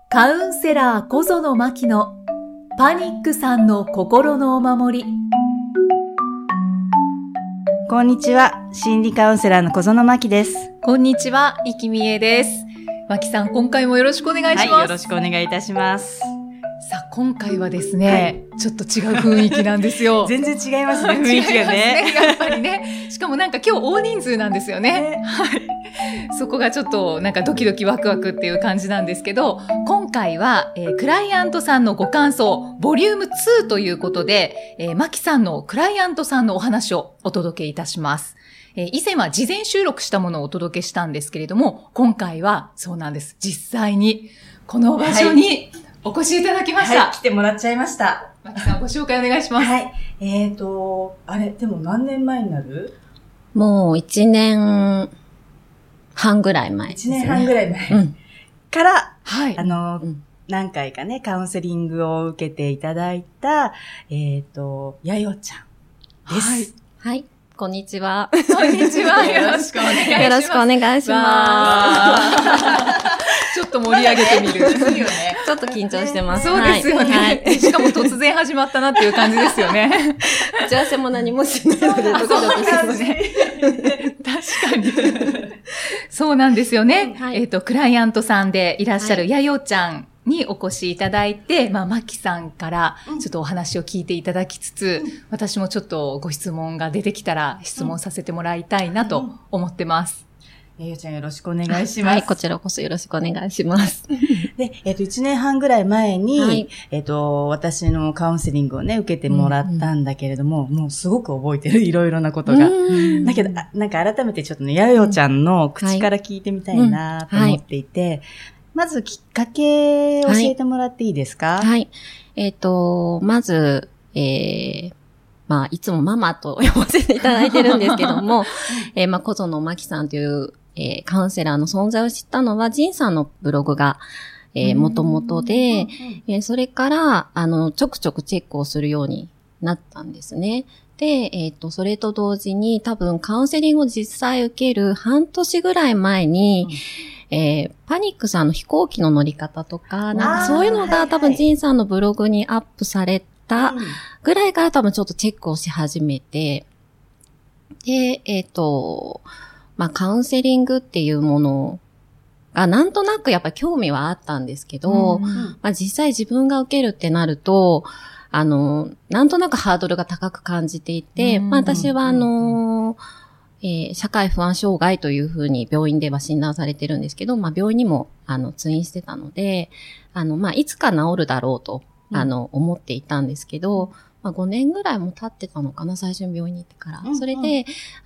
カウンセラー小園真希のパニックさんの心のお守り。 こんにちは、心理カウンセラーの小園真希です。 こんにちは、生きみえです。真希さん、今回もよろしくお願いします。 はい、よろしくお願いいたします。 さあ、今回はですね、ちょっと違う雰囲気なんですよ。 全然違いますね、雰囲気がね。 やっぱりね。しかもなんか今日大人数なんですよね。はい。そこがちょっとなんかドキドキワクワクっていう感じなんですけど、今回は、クライアントさんのご感想、ボリューム2ということで、真希さんのクライアントさんのお話をお届けいたします。以前は事前収録したものをお届けしたんですけれども、今回はそうなんです。実際にこの場所にお越しいただきました。 はい、来てもらっちゃいました。 真希さん、ご紹介お願いします。 はい。あれ、でも何年前になる？ もう1年半ぐらい前ですね。 1年半ぐらい前、から、はい。何回かね、カウンセリングを受けていただいた、やよちゃんです。 はい。はい。こんにちは。 こんにちは。よろしくお願いします。 よろしくお願いします。 ちょっと盛り上げてみる。 ちょっと緊張してます。 そうですよね。はい、しかも突然始まったなっていう感じですよね。 打ち合わせも何もしないので、ドキドキしてますね。 確かに。そうなんですよね。はい、クライアントさんでいらっしゃるやよちゃんにお越しいただいて、真希さんからちょっとお話を聞いていただきつつ、私もちょっとご質問が出てきたら質問させてもらいたいなと思ってます。 やよちゃんよろしくお願いします。 はい、こちらこそよろしくお願いします。 で、1年半ぐらい前に、はい、私のカウンセリングをね、受けてもらったんだけれども、もうすごく覚えてる、いろいろなことが。だけど、なんか改めてちょっとね、やよちゃんの口から聞いてみたいなと思っていて、まずきっかけ教えてもらっていいですか？ はい。まず、いつもママと呼ばせていただいてるんですけども、小園真希さんという、カウンセラーの存在を知ったのは、ジンさんのブログが、元々で、それから、ちょくちょくチェックをするようになったんですね。で、それと同時に多分カウンセリングを実際受ける半年ぐらい前に、パニックさんの飛行機の乗り方とか、なんかそういうのが多分ジンさんのブログにアップされたぐらいから多分ちょっとチェックをし始めて、で、カウンセリングっていうものがなんとなくやっぱ興味はあったんですけど、実際自分が受けるってなると、なんとなくハードルが高く感じていて、私は社会不安障害というふうに病院では診断されてるんですけど、病院にも通院してたので、いつか治るだろうと、思っていたんですけど、5年ぐらいも経ってたのかな、最初に病院に行ってから。それで、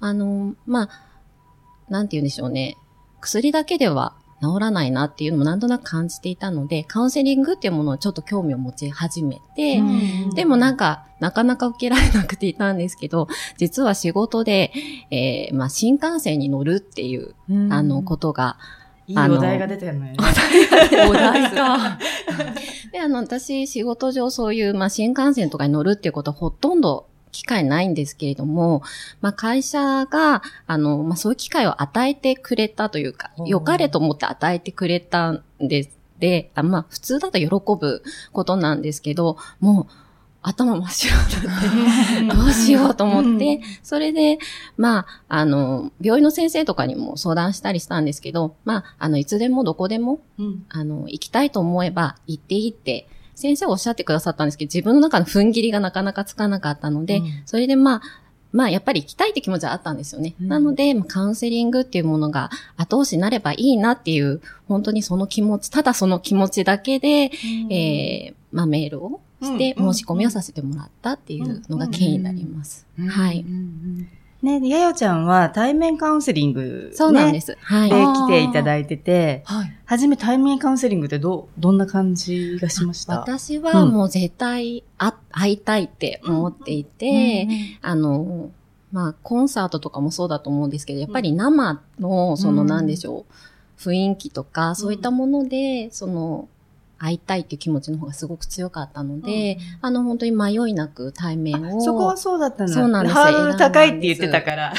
なんて言うんでしょうね。薬だけでは治らないなっていうのもなんとなく感じていたので、カウンセリングっていうものをちょっと興味を持ち始めて、でもなかなか受けられなくていたんですけど、実は仕事で、新幹線に乗るっていう、ことが、 いいお題が出てるのよね。 お題か。 で、私、仕事上そういう、新幹線とかに乗るっていうことはほとんど機会ないんですけれども、会社が、そういう機会を与えてくれたというか、良かれと思って与えてくれたんです。で、普通だと喜ぶことなんですけど、もう、頭真っ白になって、どうしようと思って、それで、病院の先生とかにも相談したりしたんですけど、いつでもどこでも、行きたいと思えば行っていいって、先生おっしゃってくださったんですけど、自分の中の踏ん切りがなかなかつかなかったので、それでやっぱり行きたいって気持ちはあったんですよね。なので、カウンセリングっていうものが後押しになればいいなっていう、本当にその気持ち、ただその気持ちだけで、メールをして申し込みをさせてもらったっていうのが経緯になります。はい。 ね、やよちゃんは対面カウンセリング、 そうなんです。はい。 で来ていただいてて、初め対面カウンセリングってどんな感じがしました？ 私はもう絶対会いたいって思っていて、コンサートとかもそうだと思うんですけど、やっぱり生の、なんでしょう、雰囲気とか、そういったもので、会いたいっていう気持ちの方がすごく強かったので、本当に迷いなく対面を。 そこはそうだったんだ。 そうなんです。 ハードル高いって言ってたから。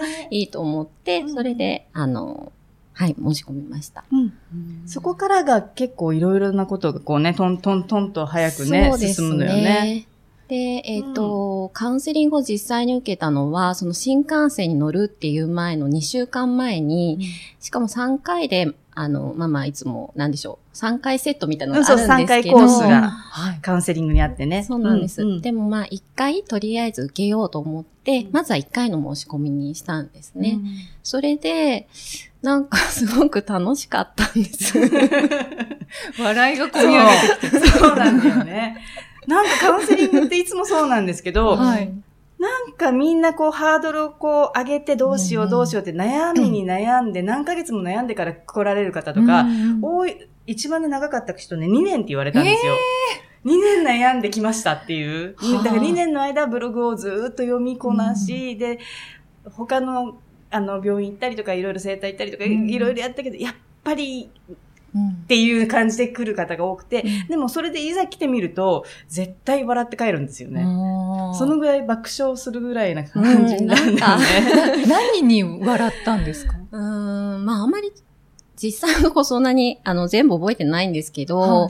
その割には対面がいいと思って、それで、 はい、申し込みました。 そこからが結構いろいろなことがこうね、トントントンと早くね、進むのよね。 で、カウンセリングを実際に受けたのは、その新幹線に乗るっていう前の2週間前に、しかも3回で、いつも、なんでしょう、3回セットみたいなのがあるんですけど。 3回コースが、カウンセリングにあってね。 そうなんです。でも1回とりあえず受けようと思って、まずは1回の申し込みにしたんですね。それで、なんかすごく楽しかったんです。 笑いがこみ上げてきて。 そうなんだよね。なんかカウンセリングっていつもそうなんですけど、なんかみんなこうハードルをこう上げてどうしようって悩みに悩んで何ヶ月も悩んでから来られる方とか、一番長かった人ね、2年って言われたんですよ。2年悩んできましたっていう。だから2年の間ブログをずーっと読みこなし、で、他の病院行ったりとかいろいろ整体行ったりとかいろいろやったけど、やっぱり、っていう感じで来る方が多くて、でもそれでいざ来てみると、絶対笑って帰るんですよね。そのぐらい爆笑するぐらいな感じになるんだよね。 何に笑ったんですか？ あんまり、実際の子そんなに、全部覚えてないんですけど、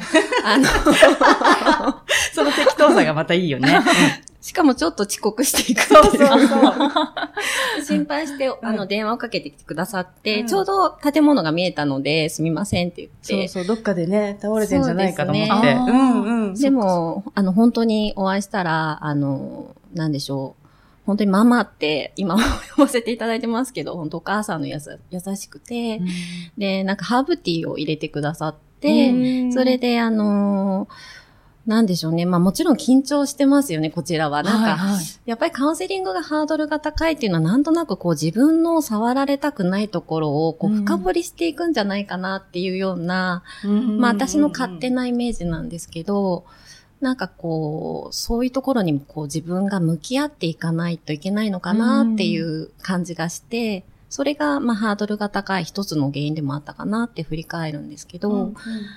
その適当さがまたいいよね。 しかもちょっと遅刻していく。 そう。 心配して、電話をかけてきてくださって、ちょうど建物が見えたので、すみませんって言って。 そう、どっかでね、倒れてんじゃないかと思って。 でも、本当にお会いしたら、なんでしょう。本当にママって今読ませていただいてますけど、本当お母さんの優しくて、で、なんかハーブティーを入れてくださって、それでなんでしょうね。もちろん緊張してますよね、こちらは。なんか、やっぱりカウンセリングがハードルが高いっていうのはなんとなくこう自分の触られたくないところをこう深掘りしていくんじゃないかなっていうような、私の勝手なイメージなんですけど、なんかこう、そういうところにもこう自分が向き合っていかないといけないのかなっていう感じがして、それがハードルが高い一つの原因でもあったかなって振り返るんですけど、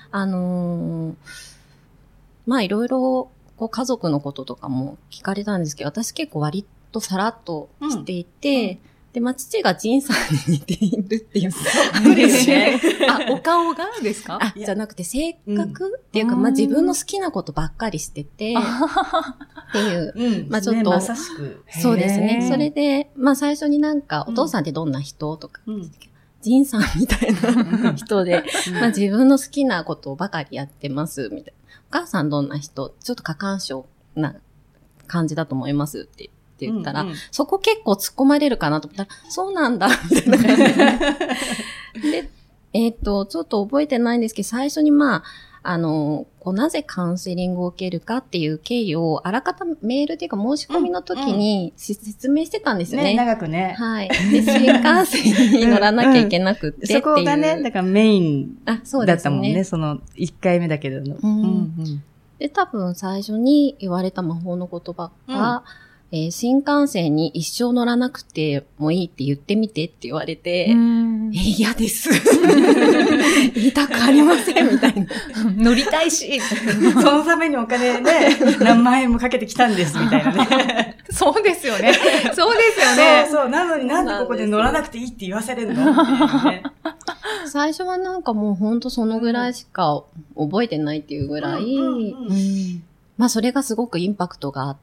いろいろ、家族のこととかも聞かれたんですけど、私結構割とさらっとしていて、で、父がジンさんに似ているっていう。 そうですね。 お顔がですか？ じゃなくて性格っていうか、自分の好きなことばっかりしてて、っていう。ちょっと。 まさしく。 そうですね。それで、最初になんか、お父さんってどんな人とか、ジンさんみたいな人で、自分の好きなことばかりやってます、みたいな。お母さんどんな人？ちょっと過干渉な感じだと思いますって言ったら、そこ結構突っ込まれるかなと思ったら、そうなんだ、みたいな感じで。で、ちょっと覚えてないんですけど、最初になぜカウンセリングを受けるかっていう経緯を、あらかたメールっていうか申し込みの時に説明してたんですよね。 長くね。 はい。で、新幹線に乗らなきゃいけなくってっていう。 そこがね、だからメインだったもんね。その1回目だけど。 で、多分最初に言われた魔法の言葉が、新幹線に一生乗らなくてもいいって言ってみてって言われて、嫌です。言いたくありませんみたいな。 乗りたいし。 そのためにお金ね、何万円もかけてきたんですみたいなね。 そうですよね。そうですよね。 そう。なのになんでここで乗らなくていいって言わせれるのっていうね。 最初はなんかもうほんとそのぐらいしか覚えてないっていうぐらい、それがすごくインパクトがあって、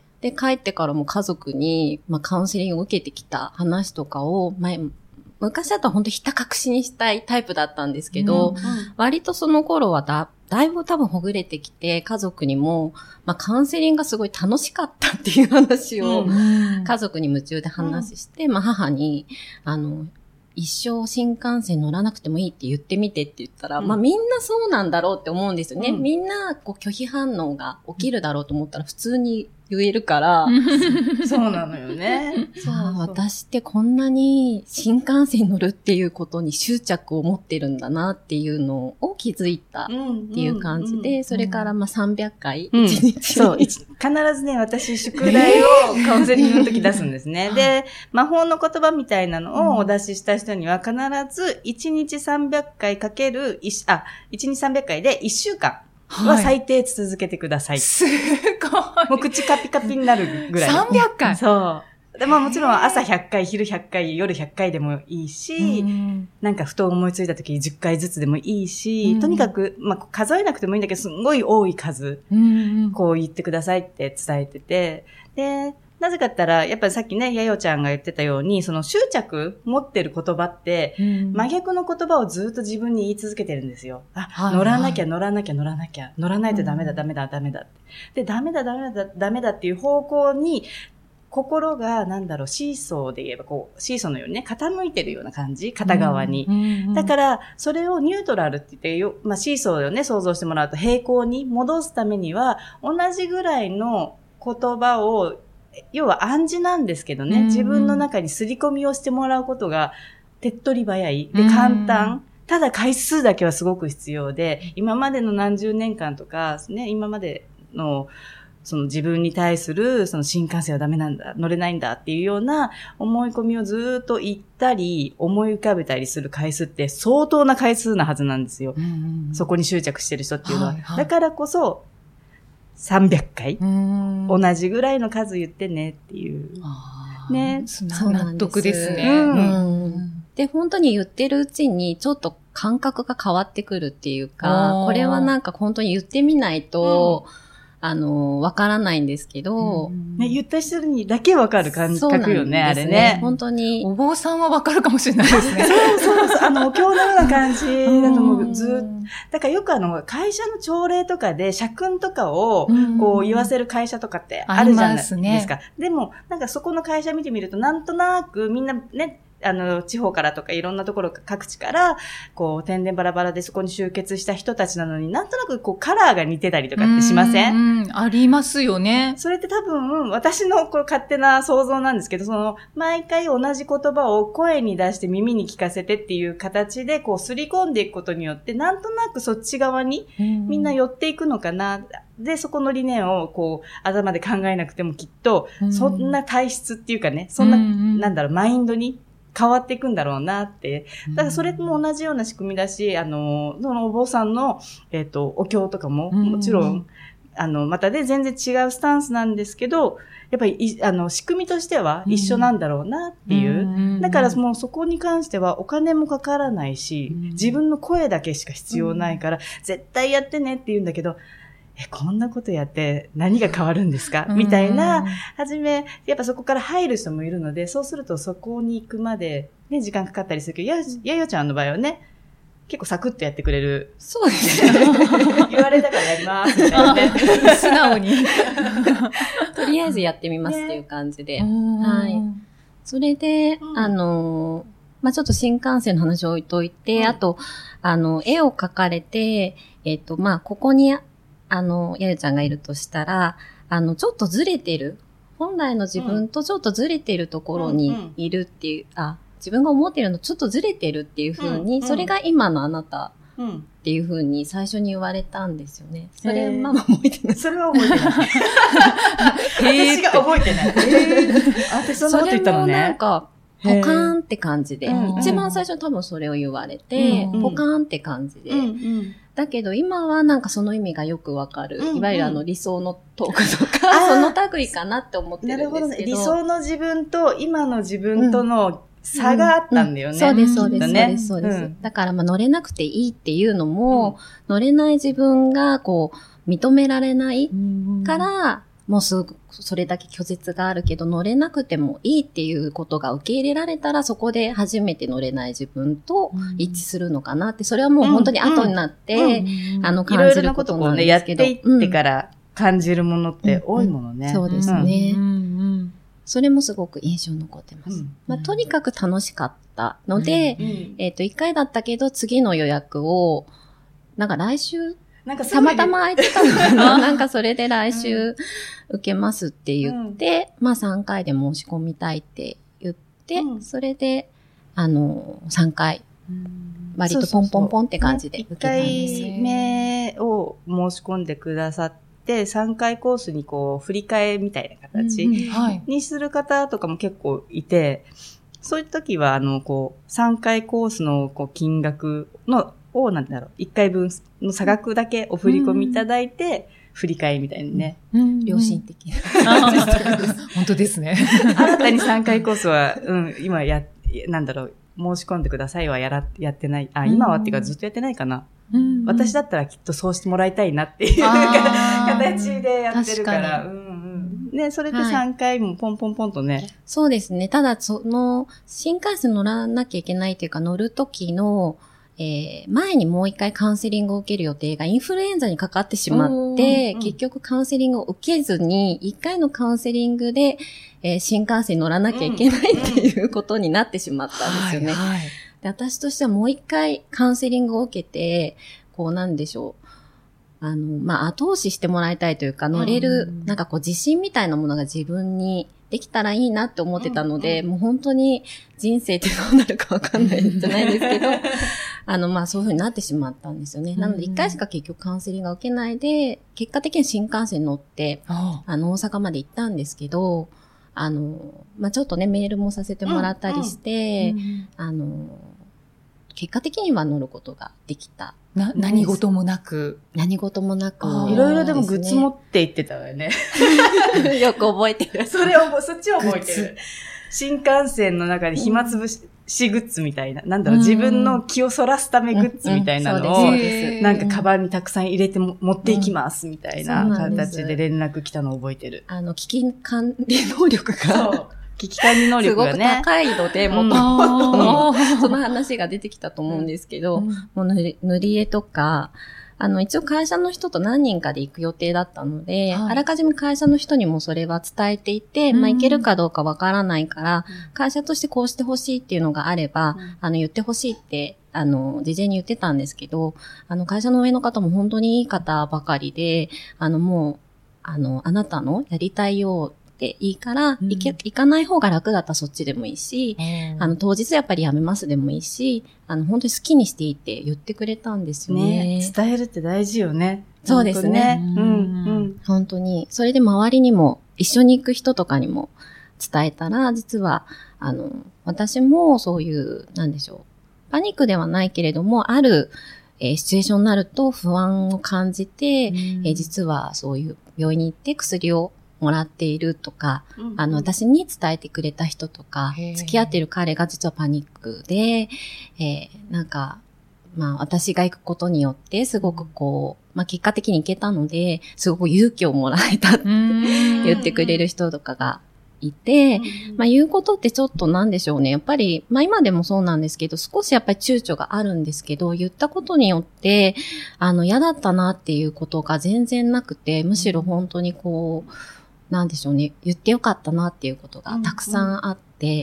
で、帰ってからも家族に、カウンセリングを受けてきた話とかを、昔だったら本当ひた隠しにしたいタイプだったんですけど、割とその頃はだいぶ多分ほぐれてきて、家族にも、カウンセリングがすごい楽しかったっていう話を、家族に夢中で話して、母に、一生新幹線乗らなくてもいいって言ってみてって言ったら、みんなそうなんだろうって思うんですよね。みんな拒否反応が起きるだろうと思ったら普通に言えるから。 そうなのよね。 私ってこんなに新幹線乗るっていうことに執着を持ってるんだなっていうのを気づいたっていう感じで、それから300回、1日。 そう、必ずね、私宿題をカウンセリングの時出すんですね。で、魔法の言葉みたいなのをお出しした人には必ず1日300回かける、1日300回で1週間。は最低続けてください。 すごい。 もう口カピカピになるぐらい。 300回そう。 でまあもちろん朝100回、昼100回、夜100回でもいいし、なんかふと思いついた時10回ずつでもいいし、とにかく、まあ数えなくてもいいんだけど、すんごい多い数、こう言ってくださいって伝えてて、で、なぜかって言ったら、やっぱりさっきね、やよちゃんが言ってたように、その執着持ってる言葉って、真逆の言葉をずっと自分に言い続けてるんですよ。乗らなきゃ、乗らなきゃ、乗らなきゃ、乗らないとダメだ、ダメだ、ダメだ。で、ダメだ、ダメだ、ダメだっていう方向に、心が、シーソーで言えば、シーソーのようにね、傾いてるような感じ、片側に。だから、それをニュートラルって言ってまあ、シーソーをね、想像してもらうと、平行に戻すためには、同じぐらいの言葉を、要は暗示なんですけどね、自分の中に刷り込みをしてもらうことが手っ取り早い。で、簡単。ただ回数だけはすごく必要で、今までの何十年間とか、ね、今までの、その自分に対する、その新幹線はダメなんだ、乗れないんだっていうような思い込みをずっと言ったり、思い浮かべたりする回数って相当な回数なはずなんですよ。そこに執着してる人っていうのは。だからこそ、300回同じぐらいの数言ってねっていう。ね。 納得ですね。 で、本当に言ってるうちにちょっと感覚が変わってくるっていうか、これはなんか本当に言ってみないと、わからないんですけど、 ね、言った人にだけわかる感覚よね、あれね。 本当に。 お坊さんはわかるかもしれないですね。 そう、お経のような感じだと思う。だからよく会社の朝礼とかで社訓とかをこう言わせる会社とかってあるじゃないですか。でも、なんかそこの会社見てみると、なんとなくみんなね、地方からとかいろんなところ各地から、天然バラバラでそこに集結した人たちなのになんとなくカラーが似てたりとかってしません？ ありますよね。 それって多分、私の勝手な想像なんですけど、毎回同じ言葉を声に出して耳に聞かせてっていう形で、刷り込んでいくことによって、なんとなくそっち側にみんな寄っていくのかな。で、そこの理念を頭で考えなくてもきっと、そんな体質っていうかね、そんな、マインドに変わっていくんだろうなって。だからそれも同じような仕組みだし、そのお坊さんの、お経とかも、もちろん、またね、全然違うスタンスなんですけど、やっぱり、仕組みとしては一緒なんだろうなっていう。だからもうそこに関してはお金もかからないし、自分の声だけしか必要ないから、絶対やってねって言うんだけど、こんなことやって何が変わるんですかみたいな、やっぱそこから入る人もいるので、そうするとそこに行くまで、ね、時間かかったりするけど、やよちゃんの場合はね、結構サクッとやってくれる。 そうですね。 言われたからやりますみたいなね。 素直に。 とりあえずやってみますっていう感じで。はい。それで、ちょっと新幹線の話を置いといて、あと、絵を描かれて、ここに、やゆちゃんがいるとしたら、ちょっとずれてる。本来の自分とちょっとずれてるところにいるっていう、自分が思っているのちょっとずれてるっていう風に、それが今のあなたっていう風に最初に言われたんですよね。それ、ママ覚えてない。 それは覚えてない。私が覚えてない。私そんなこと言ったのね。 それもなんか、ポカーンって感じで、一番最初多分それを言われて、ポカーンって感じで、だけど今はなんかその意味がよくわかる。いわゆる理想のトークとか、その類かなって思ってるんですけど。なるほどね。 理想の自分と今の自分との差があったんだよね。 そうです、そうです、そうです。だから乗れなくていいっていうのも、乗れない自分が認められないから、もうそれだけ拒絶があるけど乗れなくてもいいっていうことが受け入れられたらそこで初めて乗れない自分と一致するのかなって、それはもう本当に後になって、感じることなんですけど。 いろいろなことをね、やっていってから感じるものって多いものね。 そうですね。それもすごく印象に残ってます。とにかく楽しかったので、1回だったけど次の予約を、なんか来週、たまたま空いてたのかななんかそれで来週受けますって言って、3回で申し込みたいって言って、それで、3回、割とポンポンポンって感じで受けたんですよ。 1回目を申し込んでくださって、3回コースに振り替えみたいな形にする方とかも結構いて、そういう時は、3回コースの金額の、1回分の差額だけお振り込みいただいて、2 振り返りみたいにね。 良心的な。 本当ですね。 新たに3回コースは、今なんだろう、申し込んでくださいはやってない。今はっていうかずっとやってないかな。私だったらきっとそうしてもらいたいなっていう形でやってるから。ね、それで3回もポンポンポンとね。 そうですね。ただ、新幹線乗らなきゃいけないというか、乗る時の、前にもう一回カウンセリングを受ける予定がインフルエンザにかかってしまって、結局カウンセリングを受けずに、一回のカウンセリングで、新幹線乗らなきゃいけないっていうことになってしまったんですよね。で、私としてはもう一回カウンセリングを受けて、なんでしょう。後押ししてもらいたいというか、乗れる、なんか自信みたいなものが自分にできたらいいなって思ってたので、もう本当に人生ってどうなるかわかんないじゃないですけど、そういう風になってしまったんですよね。なので一回しか結局カウンセリングが受けないで、結果的に新幹線乗って、大阪まで行ったんですけど、ちょっとね、メールもさせてもらったりして、結果的には乗ることができた。 何事もなく。 何事もなく。 いろいろでもグッズ持って行ってたわよね。 よく覚えてる。 そっちを覚えてる。新幹線の中で暇つぶしグッズみたいな。なんだろう、自分の気をそらすためグッズみたいなのを、なんかカバンにたくさん入れて持っていきますみたいな形で連絡来たのを覚えてる。 危機管理能力が。 危機管理能力がね。 すごく高いので、もともと、その話が出てきたと思うんですけど、もう塗り絵とか、一応会社の人と何人かで行く予定だったので、あらかじめ会社の人にもそれは伝えていて、行けるかどうかわからないから、会社としてこうしてほしいっていうのがあれば、言ってほしいって、事前に言ってたんですけど、会社の上の方も本当にいい方ばかりで、もう、あなたのやりたいよう、でいいから、行かない方が楽だったらそっちでもいいし、当日やっぱりやめますでもいいし、本当に好きにしていいって言ってくれたんですよね。 伝えるって大事よね。 そうですね。本当に。それで周りにも、一緒に行く人とかにも伝えたら、実は、私もそういう、なんでしょう。パニックではないけれども、ある、シチュエーションになると不安を感じて、実はそういう病院に行って薬をもらっているとか、私に伝えてくれた人とか、付き合っている彼が実はパニックで、私が行くことによって、すごく結果的に行けたので、すごく勇気をもらえたって言ってくれる人とかがいて、言うことってちょっとなんでしょうね。やっぱり、今でもそうなんですけど、少しやっぱり躊躇があるんですけど、言ったことによって、嫌だったなっていうことが全然なくて、むしろ本当になんでしょうね。言ってよかったなっていうことがたくさんあって、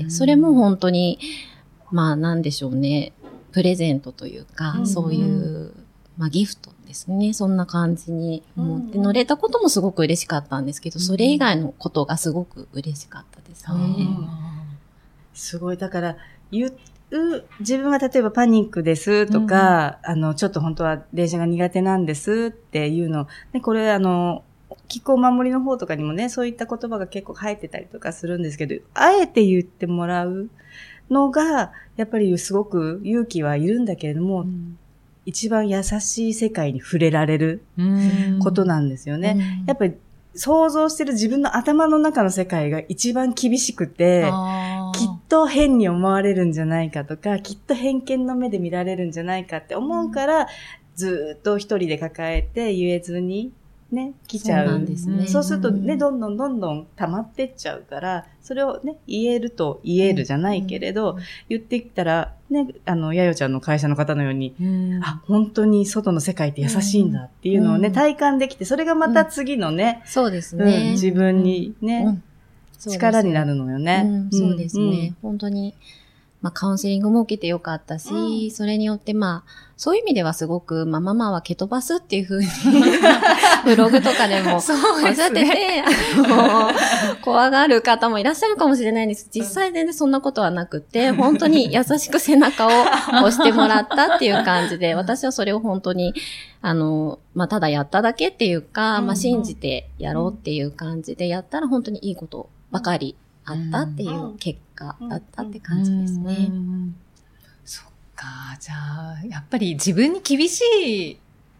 それも本当に、なんでしょうね。プレゼントというか、そういう、ギフトですね。そんな感じに思って乗れたこともすごく嬉しかったんですけど、それ以外のことがすごく嬉しかったですね。 すごい。だから、自分が例えばパニックですとか、ちょっと本当は電車が苦手なんですっていうの、ね、これ気候守りの方とかにもね、そういった言葉が結構入ってたりとかするんですけど、あえて言ってもらうのが、やっぱりすごく勇気はいるんだけれども、一番優しい世界に触れられることなんですよね。やっぱり想像してる自分の頭の中の世界が一番厳しくて、きっと変に思われるんじゃないかとか、きっと偏見の目で見られるんじゃないかって思うから、ずっと一人で抱えて言えずに、ね、来ちゃう。 そうなんですね。 そうするとね、どんどん溜まってっちゃうから、それをね、言えると言えるじゃないけれど、言ってきたら、ね、やよちゃんの会社の方のように、本当に外の世界って優しいんだっていうのをね、体感できて、それがまた次のね、 そうですね。 自分にね、力になるのよね。 そうですね。本当に。カウンセリングも受けてよかったし、それによってそういう意味ではすごく、ママは蹴飛ばすっていう風に、ブログとかでもおっしゃってて、怖がる方もいらっしゃるかもしれないんです。実際全然そんなことはなくて、本当に優しく背中を押してもらったっていう感じで、私はそれを本当に、ただやっただけっていうか、信じてやろうっていう感じでやったら本当にいいことばかりあったっていう結果だったって感じですね。 そっか。じゃあ、やっぱり自分に厳しい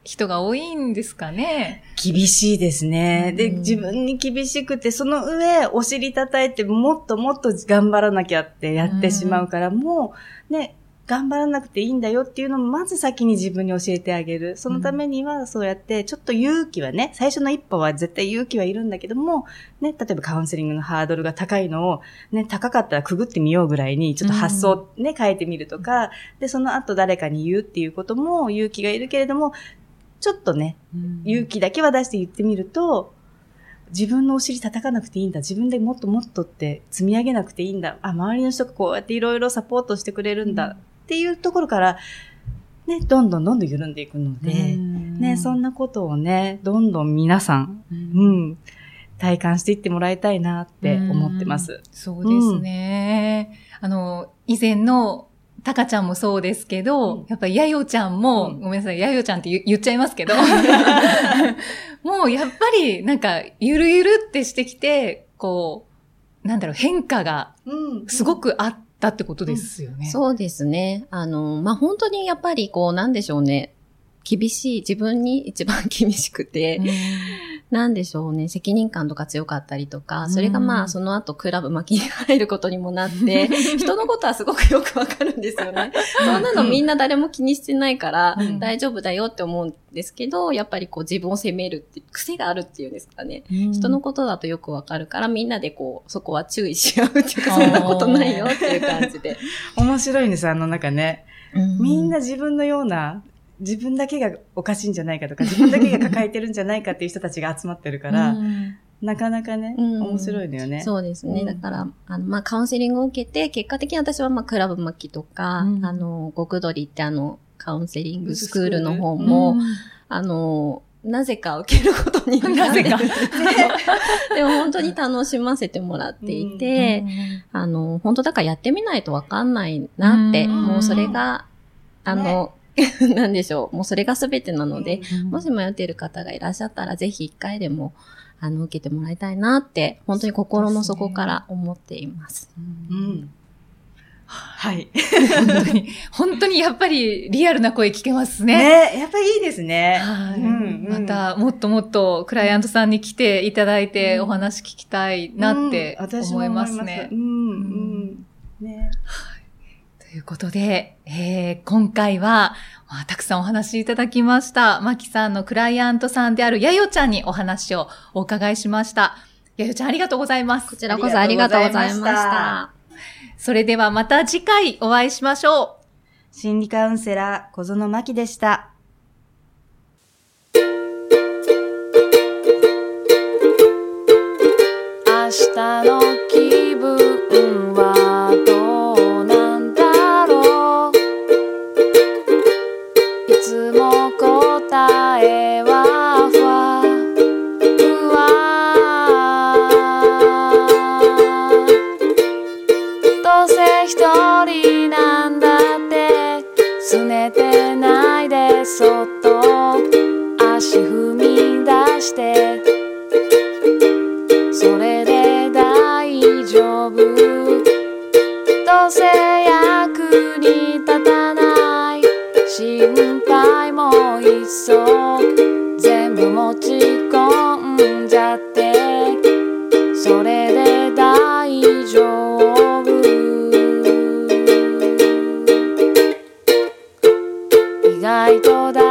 人が多いんですかね。 厳しいですね。で、自分に厳しくて、その上、お尻叩いて、もっともっと頑張らなきゃってやってしまうから、もう、ね、頑張らなくていいんだよっていうのも、まず先に自分に教えてあげる。そのためには、そうやって、ちょっと勇気はね、最初の一歩は絶対勇気はいるんだけども、ね、例えばカウンセリングのハードルが高いのを、ね、高かったらくぐってみようぐらいに、ちょっと発想ね、変えてみるとか、で、その後誰かに言うっていうことも勇気がいるけれども、ちょっとね、勇気だけは出して言ってみると、自分のお尻叩かなくていいんだ。自分でもっともっとって積み上げなくていいんだ。周りの人がこうやっていろいろサポートしてくれるんだ。っていうところから、ね、どんどん緩んでいくので、ね、そんなことをね、どんどん皆さん、体感していってもらいたいなって思ってます。 そうですね。以前のタカちゃんもそうですけど、やっぱりヤヨちゃんも、ごめんなさい、ヤヨちゃんって言っちゃいますけど、もうやっぱりなんか、ゆるゆるってしてきて、こう、なんだろう、変化がすごくあったってことですよね。 そうですね。本当にやっぱりなんでしょうね。厳しい、自分に一番厳しくて、なんでしょうね、責任感とか強かったりとか、それがその後クラブ巻きに入ることにもなって、人のことはすごくよくわかるんですよね。そんなのみんな誰も気にしてないから、大丈夫だよって思うんですけど、やっぱり自分を責めるって癖があるっていうんですかね。人のことだとよくわかるから、みんなでそこは注意し合うっていうか、そんなことないよっていう感じで。 面白いんです、中ね。みんな自分のような、自分だけがおかしいんじゃないかとか、自分だけが抱えてるんじゃないかっていう人たちが集まってるから、なかなかね、面白いのよね。 そうですね。だから、カウンセリングを受けて、結果的に私はクラブ巻きとか、極鳥ってカウンセリングスクールの方も、なぜか受けることになって。なぜか。でも本当に楽しませてもらっていて、本当だからやってみないとわかんないなって、もうそれが、なんでしょう。もうそれが全てなので、もし迷っている方がいらっしゃったら、ぜひ一回でも、受けてもらいたいなって、本当に心の底から思っています。 はい。 本当にやっぱりリアルな声聞けますね。 ね、やっぱりいいですね。 また、もっともっとクライアントさんに来ていただいてお話聞きたいなって思いますね。 ね。 ということで、今回は、たくさんお話いただきました。マキさんのクライアントさんであるヤヨちゃんにお話をお伺いしました。ヤヨちゃんありがとうございます。 こちらこそありがとうございました。 それではまた次回お会いしましょう。 心理カウンセラー小園真希でした。 明日の気分はどうなんだろう。いつも答えはふわふわ。どうせ一人なんだって拗ねてないでそっと足踏み出してそれで大丈夫。どうせ役に立たない心配もいっそ全部持ち込んじゃってそれで大丈夫。意外と